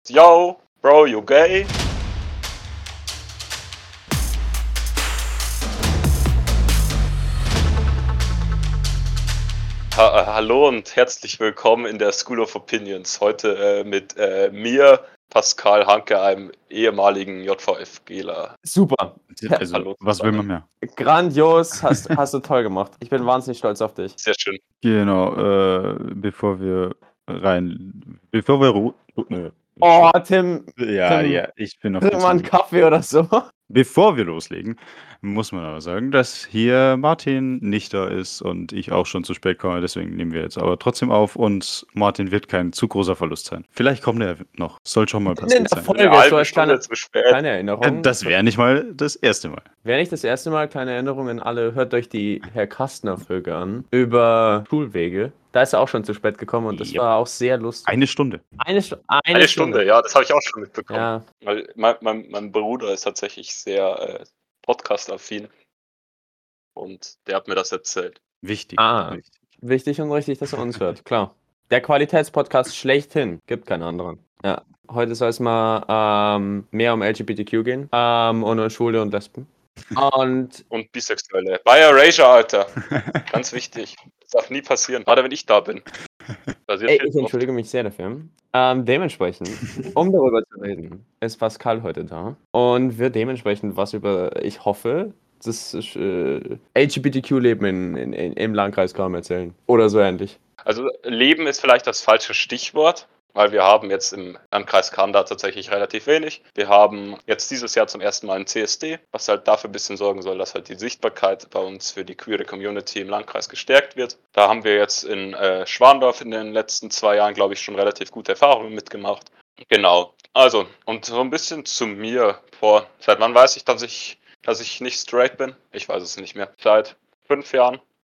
Yo, Bro, you gay? Hallo und herzlich willkommen in der School of Opinions. Heute mit mir, Pascal Hanke, einem ehemaligen JVFGler. Super. Also, Hallo was will man zusammen. mehr? Grandios, hast du toll gemacht. Ich bin wahnsinnig stolz auf dich. Sehr schön. Genau, bevor wir Oh, Tim, ja, ich bin auf trink mal einen den Kaffee oder so. Bevor wir loslegen, muss man aber sagen, dass hier Martin nicht da ist und ich auch schon zu spät komme, deswegen nehmen wir jetzt aber trotzdem auf und Martin wird kein zu großer Verlust sein. Vielleicht kommt er noch, soll schon mal In passiert der sein. Folge, Eine so halbe als Stunde zu spät. kleine Erinnerung. Das wäre nicht mal das erste Mal. Wäre nicht das erste Mal, kleine Erinnerungen alle, hört euch die Herr Kastner-Folge an, über Schulwege. Da ist er auch schon zu spät gekommen und das Yep. war auch sehr lustig. Eine Stunde. Eine Eine Stunde, ja, das habe ich auch schon mitbekommen. Ja, Weil mein Bruder ist tatsächlich sehr podcast-affin und der hat mir das erzählt. Wichtig. wichtig und richtig, dass er uns hört, klar. Der Qualitätspodcast schlechthin, gibt keinen anderen. Ja, heute soll es mal mehr um LGBTQ gehen und um Schwule und Lesben. Und Und Bisexuelle. Bei Erasure, Alter. Ganz wichtig. Das darf nie passieren, gerade wenn ich da bin. Passiert ey, viel ich zu oft. entschuldige mich sehr dafür. Dementsprechend, um darüber zu reden, ist Pascal heute da und wird dementsprechend was über, ich hoffe, das LGBTQ-Leben im Landkreis Kram erzählen. Oder so ähnlich. Also Leben ist vielleicht das falsche Stichwort, weil wir haben jetzt im Landkreis Kanda tatsächlich relativ wenig. Wir haben jetzt dieses Jahr zum ersten Mal ein CSD, was halt dafür ein bisschen sorgen soll, dass halt die Sichtbarkeit bei uns für die queere Community im Landkreis gestärkt wird. Da haben wir jetzt in Schwandorf in den letzten 2 Jahren, glaube ich, schon relativ gute Erfahrungen mitgemacht. Genau. Also, und so ein bisschen zu mir. Seit wann weiß ich, dass ich nicht straight bin? Ich weiß es nicht mehr. Seit 5 Jahren,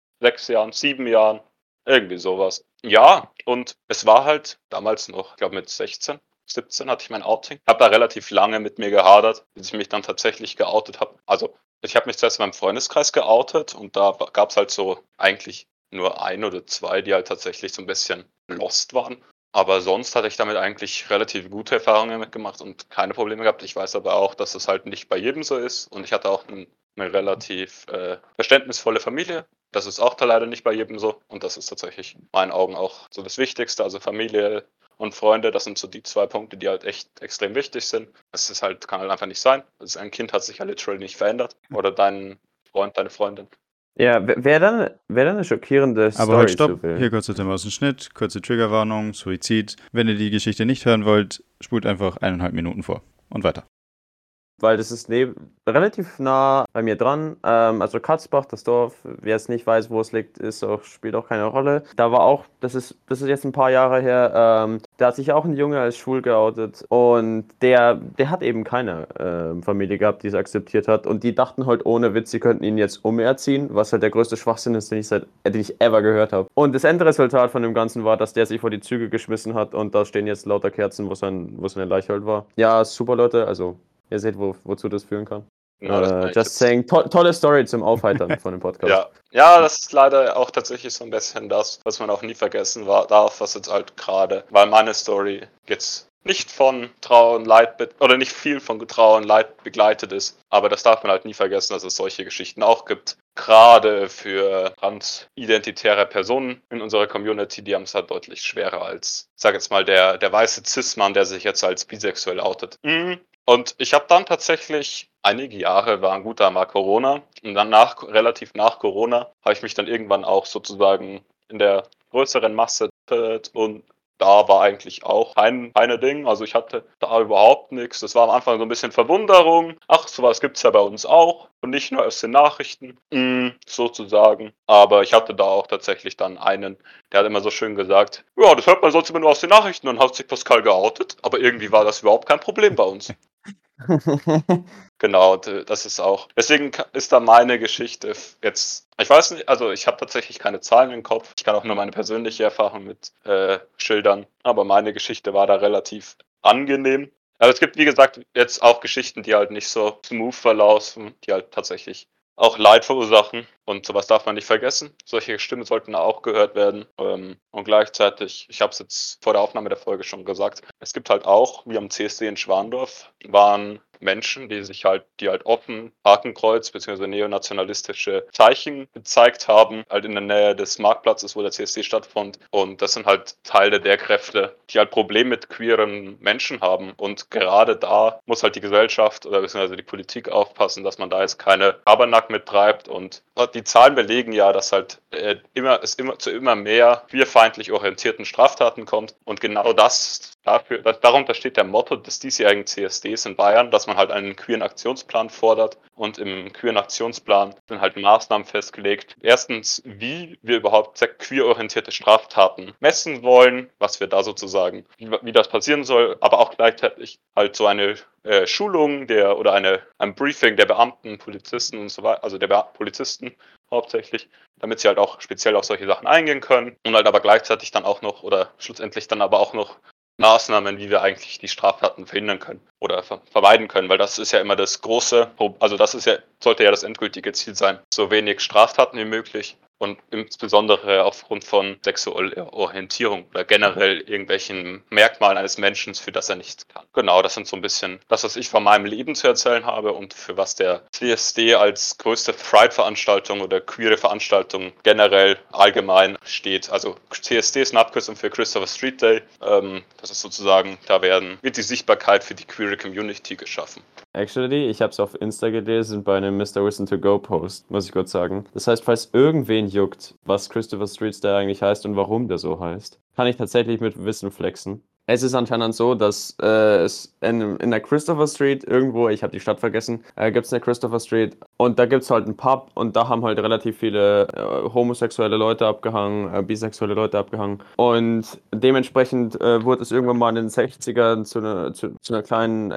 6 Jahren, 7 Jahren. Irgendwie sowas. Ja, und es war halt damals noch, ich glaube mit 16, 17 hatte ich mein Outing. Habe da relativ lange mit mir gehadert, bis ich mich dann tatsächlich geoutet habe. Also ich habe mich zuerst in meinem Freundeskreis geoutet und da gab es halt so eigentlich nur 1 oder 2, die halt tatsächlich so ein bisschen lost waren. Aber sonst hatte ich damit eigentlich relativ gute Erfahrungen mitgemacht und keine Probleme gehabt. Ich weiß aber auch, dass es halt nicht bei jedem so ist und ich hatte auch eine relativ verständnisvolle Familie. Das ist auch da leider nicht bei jedem so und das ist tatsächlich in meinen Augen auch so das Wichtigste. Also Familie und Freunde, das sind so die 2 Punkte, die halt echt extrem wichtig sind. Es ist halt, kann halt einfach nicht sein. Also ein Kind hat sich ja literally nicht verändert. Oder dein Freund, deine Freundin. Ja, wäre dann eine schockierende Story. Aber halt stopp, zu will. hier kurz aus dem Schnitt, kurze Triggerwarnung, Suizid. Wenn ihr die Geschichte nicht hören wollt, spult einfach 1,5 Minuten vor und weiter. Weil das ist relativ nah bei mir dran. Also Katzbach, das Dorf, wer es nicht weiß, wo es liegt, spielt auch keine Rolle. Da war auch, das ist jetzt ein paar Jahre her, da hat sich auch ein Junge als schwul geoutet und der hat eben keine Familie gehabt, die es akzeptiert hat und die dachten halt ohne Witz, sie könnten ihn jetzt umerziehen, was halt der größte Schwachsinn ist, den ich ever gehört habe. Und das Endresultat von dem Ganzen war, dass der sich vor die Züge geschmissen hat und da stehen jetzt lauter Kerzen, wo seine Leiche halt war. Ja, super Leute, also ihr seht, wozu das führen kann. Genau, das kann ich Just jetzt- saying, tolle Story zum Aufheitern von dem Podcast. Ja, das ist leider auch tatsächlich so ein bisschen das, was man auch nie vergessen darf, was jetzt halt gerade, weil meine Story jetzt nicht von Trauer und Leid oder nicht viel von Trauer und Leid begleitet ist, aber das darf man halt nie vergessen, dass es solche Geschichten auch gibt. Gerade für transidentitäre Personen in unserer Community, die haben es halt deutlich schwerer als, ich sag jetzt mal, der weiße Cis-Mann, der sich jetzt als bisexuell outet. Und ich habe dann tatsächlich einige Jahre, war ein guter Mal Corona und dann relativ nach Corona habe ich mich dann irgendwann auch sozusagen in der größeren Masse und da war eigentlich auch keine Ding, also ich hatte da überhaupt nichts. Das war am Anfang so ein bisschen Verwunderung. Ach, sowas gibt's ja bei uns auch und nicht nur aus den Nachrichten, sozusagen. Aber ich hatte da auch tatsächlich dann einen, der hat immer so schön gesagt, ja, das hört man sonst immer nur aus den Nachrichten und hat sich Pascal geoutet, aber irgendwie war das überhaupt kein Problem bei uns. Genau, das ist auch. Deswegen ist da meine Geschichte jetzt. Ich weiß nicht, also ich habe tatsächlich keine Zahlen im Kopf. Ich kann auch nur meine persönliche Erfahrung mit schildern. Aber meine Geschichte war da relativ angenehm. Aber es gibt, wie gesagt, jetzt auch Geschichten, die halt nicht so smooth verlaufen, die halt tatsächlich auch Leid verursachen. Und sowas darf man nicht vergessen. Solche Stimmen sollten auch gehört werden. Und gleichzeitig, ich habe es jetzt vor der Aufnahme der Folge schon gesagt, es gibt halt auch, wie am CSD in Schwandorf, waren Menschen, die halt offen Hakenkreuz bzw. neonationalistische Zeichen gezeigt haben, halt in der Nähe des Marktplatzes, wo der CSD stattfand. Und das sind halt Teile der Kräfte, die halt Probleme mit queeren Menschen haben. Und gerade da muss halt die Gesellschaft oder beziehungsweise die Politik aufpassen, dass man da jetzt keine Schabernack mittreibt. Und die Zahlen belegen ja, dass halt es zu immer mehr queerfeindlich orientierten Straftaten kommt. Und genau darunter steht der Motto des diesjährigen CSDs in Bayern, dass man halt einen queeren Aktionsplan fordert. Und im queeren Aktionsplan sind halt Maßnahmen festgelegt. Erstens, wie wir überhaupt queer-orientierte Straftaten messen wollen, was wir da sozusagen, wie das passieren soll, aber auch gleichzeitig halt so eine Schulung ein Briefing der Beamten, Polizisten und so weiter, also der Polizisten hauptsächlich, damit sie halt auch speziell auf solche Sachen eingehen können und halt aber gleichzeitig dann auch noch oder schlussendlich dann aber auch noch Maßnahmen, wie wir eigentlich die Straftaten verhindern können oder vermeiden können, weil das ist ja immer das große, also sollte ja das endgültige Ziel sein, so wenig Straftaten wie möglich und insbesondere aufgrund von sexueller Orientierung oder generell irgendwelchen Merkmalen eines Menschen, für das er nichts kann. Genau, das sind so ein bisschen das, was ich von meinem Leben zu erzählen habe und für was der CSD als größte Pride-Veranstaltung oder queere Veranstaltung generell allgemein steht. Also CSD ist eine Abkürzung für Christopher Street Day. Das ist sozusagen, wird die Sichtbarkeit für die queere Community geschaffen. Actually, ich habe es auf Insta gelesen bei einem Mr. Listen to Go Post, muss ich kurz sagen. Das heißt, falls irgendwen juckt, was Christopher Street Day eigentlich heißt und warum der so heißt, kann ich tatsächlich mit Wissen flexen. Es ist anscheinend so, dass es in der Christopher Street irgendwo, ich habe die Stadt vergessen, gibt es eine Christopher Street und da gibt es halt einen Pub und da haben halt relativ viele homosexuelle Leute abgehangen, bisexuelle Leute abgehangen und dementsprechend wurde es irgendwann mal in den 60ern zu einer kleinen,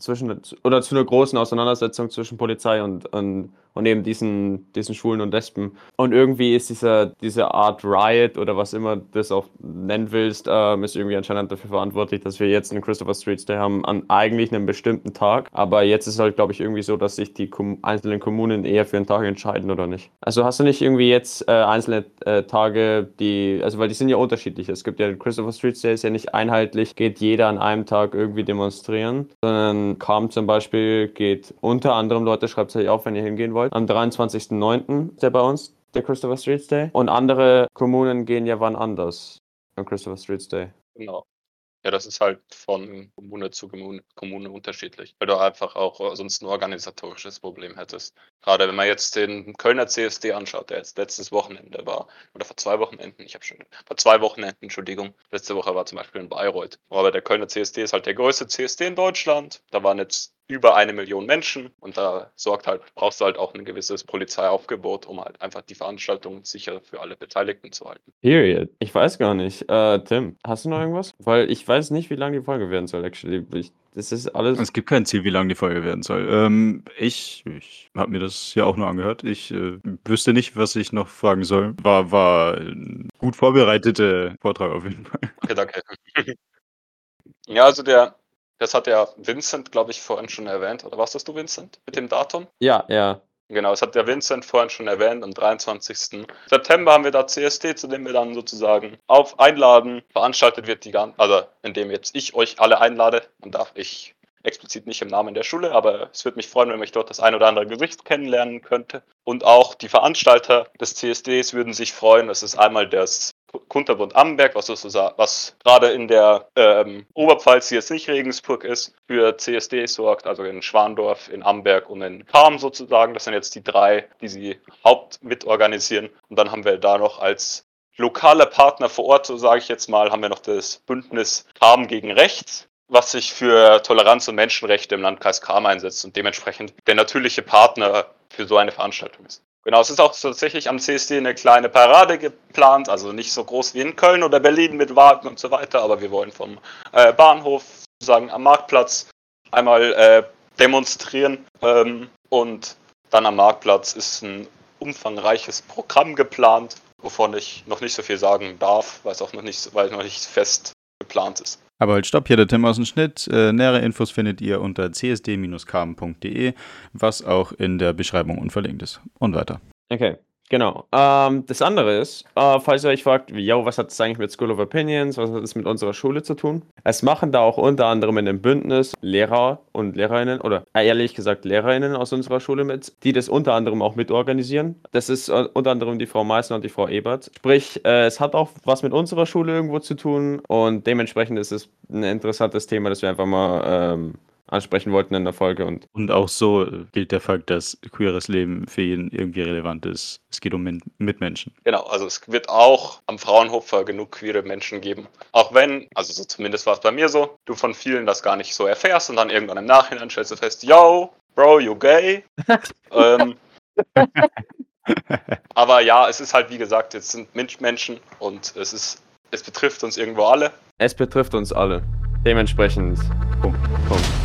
zu einer großen Auseinandersetzung zwischen Polizei und eben diesen Schwulen und Lesben. Und irgendwie ist diese Art Riot oder was immer du das auch nennen willst, ist irgendwie anscheinend dafür verantwortlich, dass wir jetzt einen Christopher Street Day haben an eigentlich einem bestimmten Tag. Aber jetzt ist es halt, glaube ich, irgendwie so, dass sich die einzelnen Kommunen eher für einen Tag entscheiden oder nicht. Also hast du nicht irgendwie jetzt einzelne Tage, weil die sind ja unterschiedlich. Es gibt ja den Christopher Street Day, ist ja nicht einheitlich, geht jeder an einem Tag irgendwie demonstrieren, sondern Calm zum Beispiel geht unter anderem, Leute, schreibt es euch auf, wenn ihr hingehen wollt. Am 23.09. ist der bei uns, der Christopher Street Day. Und andere Kommunen gehen ja wann anders am Christopher Street Day. Genau. Ja, das ist halt von Kommune zu Kommune unterschiedlich, weil du einfach auch sonst ein organisatorisches Problem hättest. Gerade wenn man jetzt den Kölner CSD anschaut, der jetzt letztes Wochenende war, oder vor 2 Wochenenden, vor 2 Wochenenden, Entschuldigung, letzte Woche war zum Beispiel in Bayreuth. Aber der Kölner CSD ist halt der größte CSD in Deutschland. Da waren jetzt über 1 Million Menschen und da brauchst du halt auch ein gewisses Polizeiaufgebot, um halt einfach die Veranstaltung sicher für alle Beteiligten zu halten. Period. Ich weiß gar nicht. Tim, hast du noch irgendwas? Weil ich weiß nicht, wie lang die Folge werden soll, actually. Das ist alles. Es gibt kein Ziel, wie lang die Folge werden soll. Ich habe mir das ja auch nur angehört. Ich wüsste nicht, was ich noch fragen soll. War ein gut vorbereiteter Vortrag auf jeden Fall. Okay, danke. Ja, also das hat ja Vincent, glaube ich, vorhin schon erwähnt. Oder warst das du, Vincent, mit dem Datum? Ja, ja. Genau, das hat der Vincent vorhin schon erwähnt. Am 23. September haben wir da CSD, zu dem wir dann sozusagen einladen. Veranstaltet wird indem jetzt ich euch alle einlade. Man darf ich explizit nicht im Namen der Schule, aber es würde mich freuen, wenn ich dort das ein oder andere Gesicht kennenlernen könnte. Und auch die Veranstalter des CSDs würden sich freuen. Das ist einmal das Kunterbund Amberg, was gerade in der Oberpfalz, die jetzt nicht Regensburg ist, für CSD sorgt, also in Schwandorf, in Amberg und in Cham sozusagen. Das sind jetzt die 3, die sie mitorganisieren. Und dann haben wir da noch als lokaler Partner vor Ort, so sage ich jetzt mal, haben wir noch das Bündnis Cham gegen Rechts, was sich für Toleranz und Menschenrechte im Landkreis Cham einsetzt und dementsprechend der natürliche Partner für so eine Veranstaltung ist. Genau, es ist auch tatsächlich am CSD eine kleine Parade geplant, also nicht so groß wie in Köln oder Berlin mit Wagen und so weiter, aber wir wollen vom Bahnhof sozusagen am Marktplatz einmal demonstrieren und dann am Marktplatz ist ein umfangreiches Programm geplant, wovon ich noch nicht so viel sagen darf, weil es noch nicht fest geplant ist. Aber halt stopp, hier der Tim aus dem Schnitt. Nähere Infos findet ihr unter csd-kamen.de, was auch in der Beschreibung unverlinkt ist. Und weiter. Okay, genau. Das andere ist, falls ihr euch fragt, was hat das eigentlich mit School of Opinions, was hat das mit unserer Schule zu tun? Es machen da auch unter anderem in dem Bündnis Lehrer und Lehrerinnen, oder ehrlich gesagt Lehrerinnen aus unserer Schule mit, die das unter anderem auch mitorganisieren. Das ist unter anderem die Frau Meißner und die Frau Ebert. Sprich, es hat auch was mit unserer Schule irgendwo zu tun und dementsprechend ist es ein interessantes Thema, das wir einfach mal ansprechen wollten in der Folge. Und auch so gilt der Fakt, dass queeres Leben für jeden irgendwie relevant ist. Es geht um Mitmenschen. Genau, also es wird auch am Fraunhof genug queere Menschen geben. Auch wenn, also so zumindest war es bei mir so, du von vielen das gar nicht so erfährst und dann irgendwann im Nachhinein stellst du fest, yo, Bro, you gay. Aber ja, es ist halt wie gesagt, jetzt sind Menschen und es betrifft uns irgendwo alle. Es betrifft uns alle. Dementsprechend. Punkt.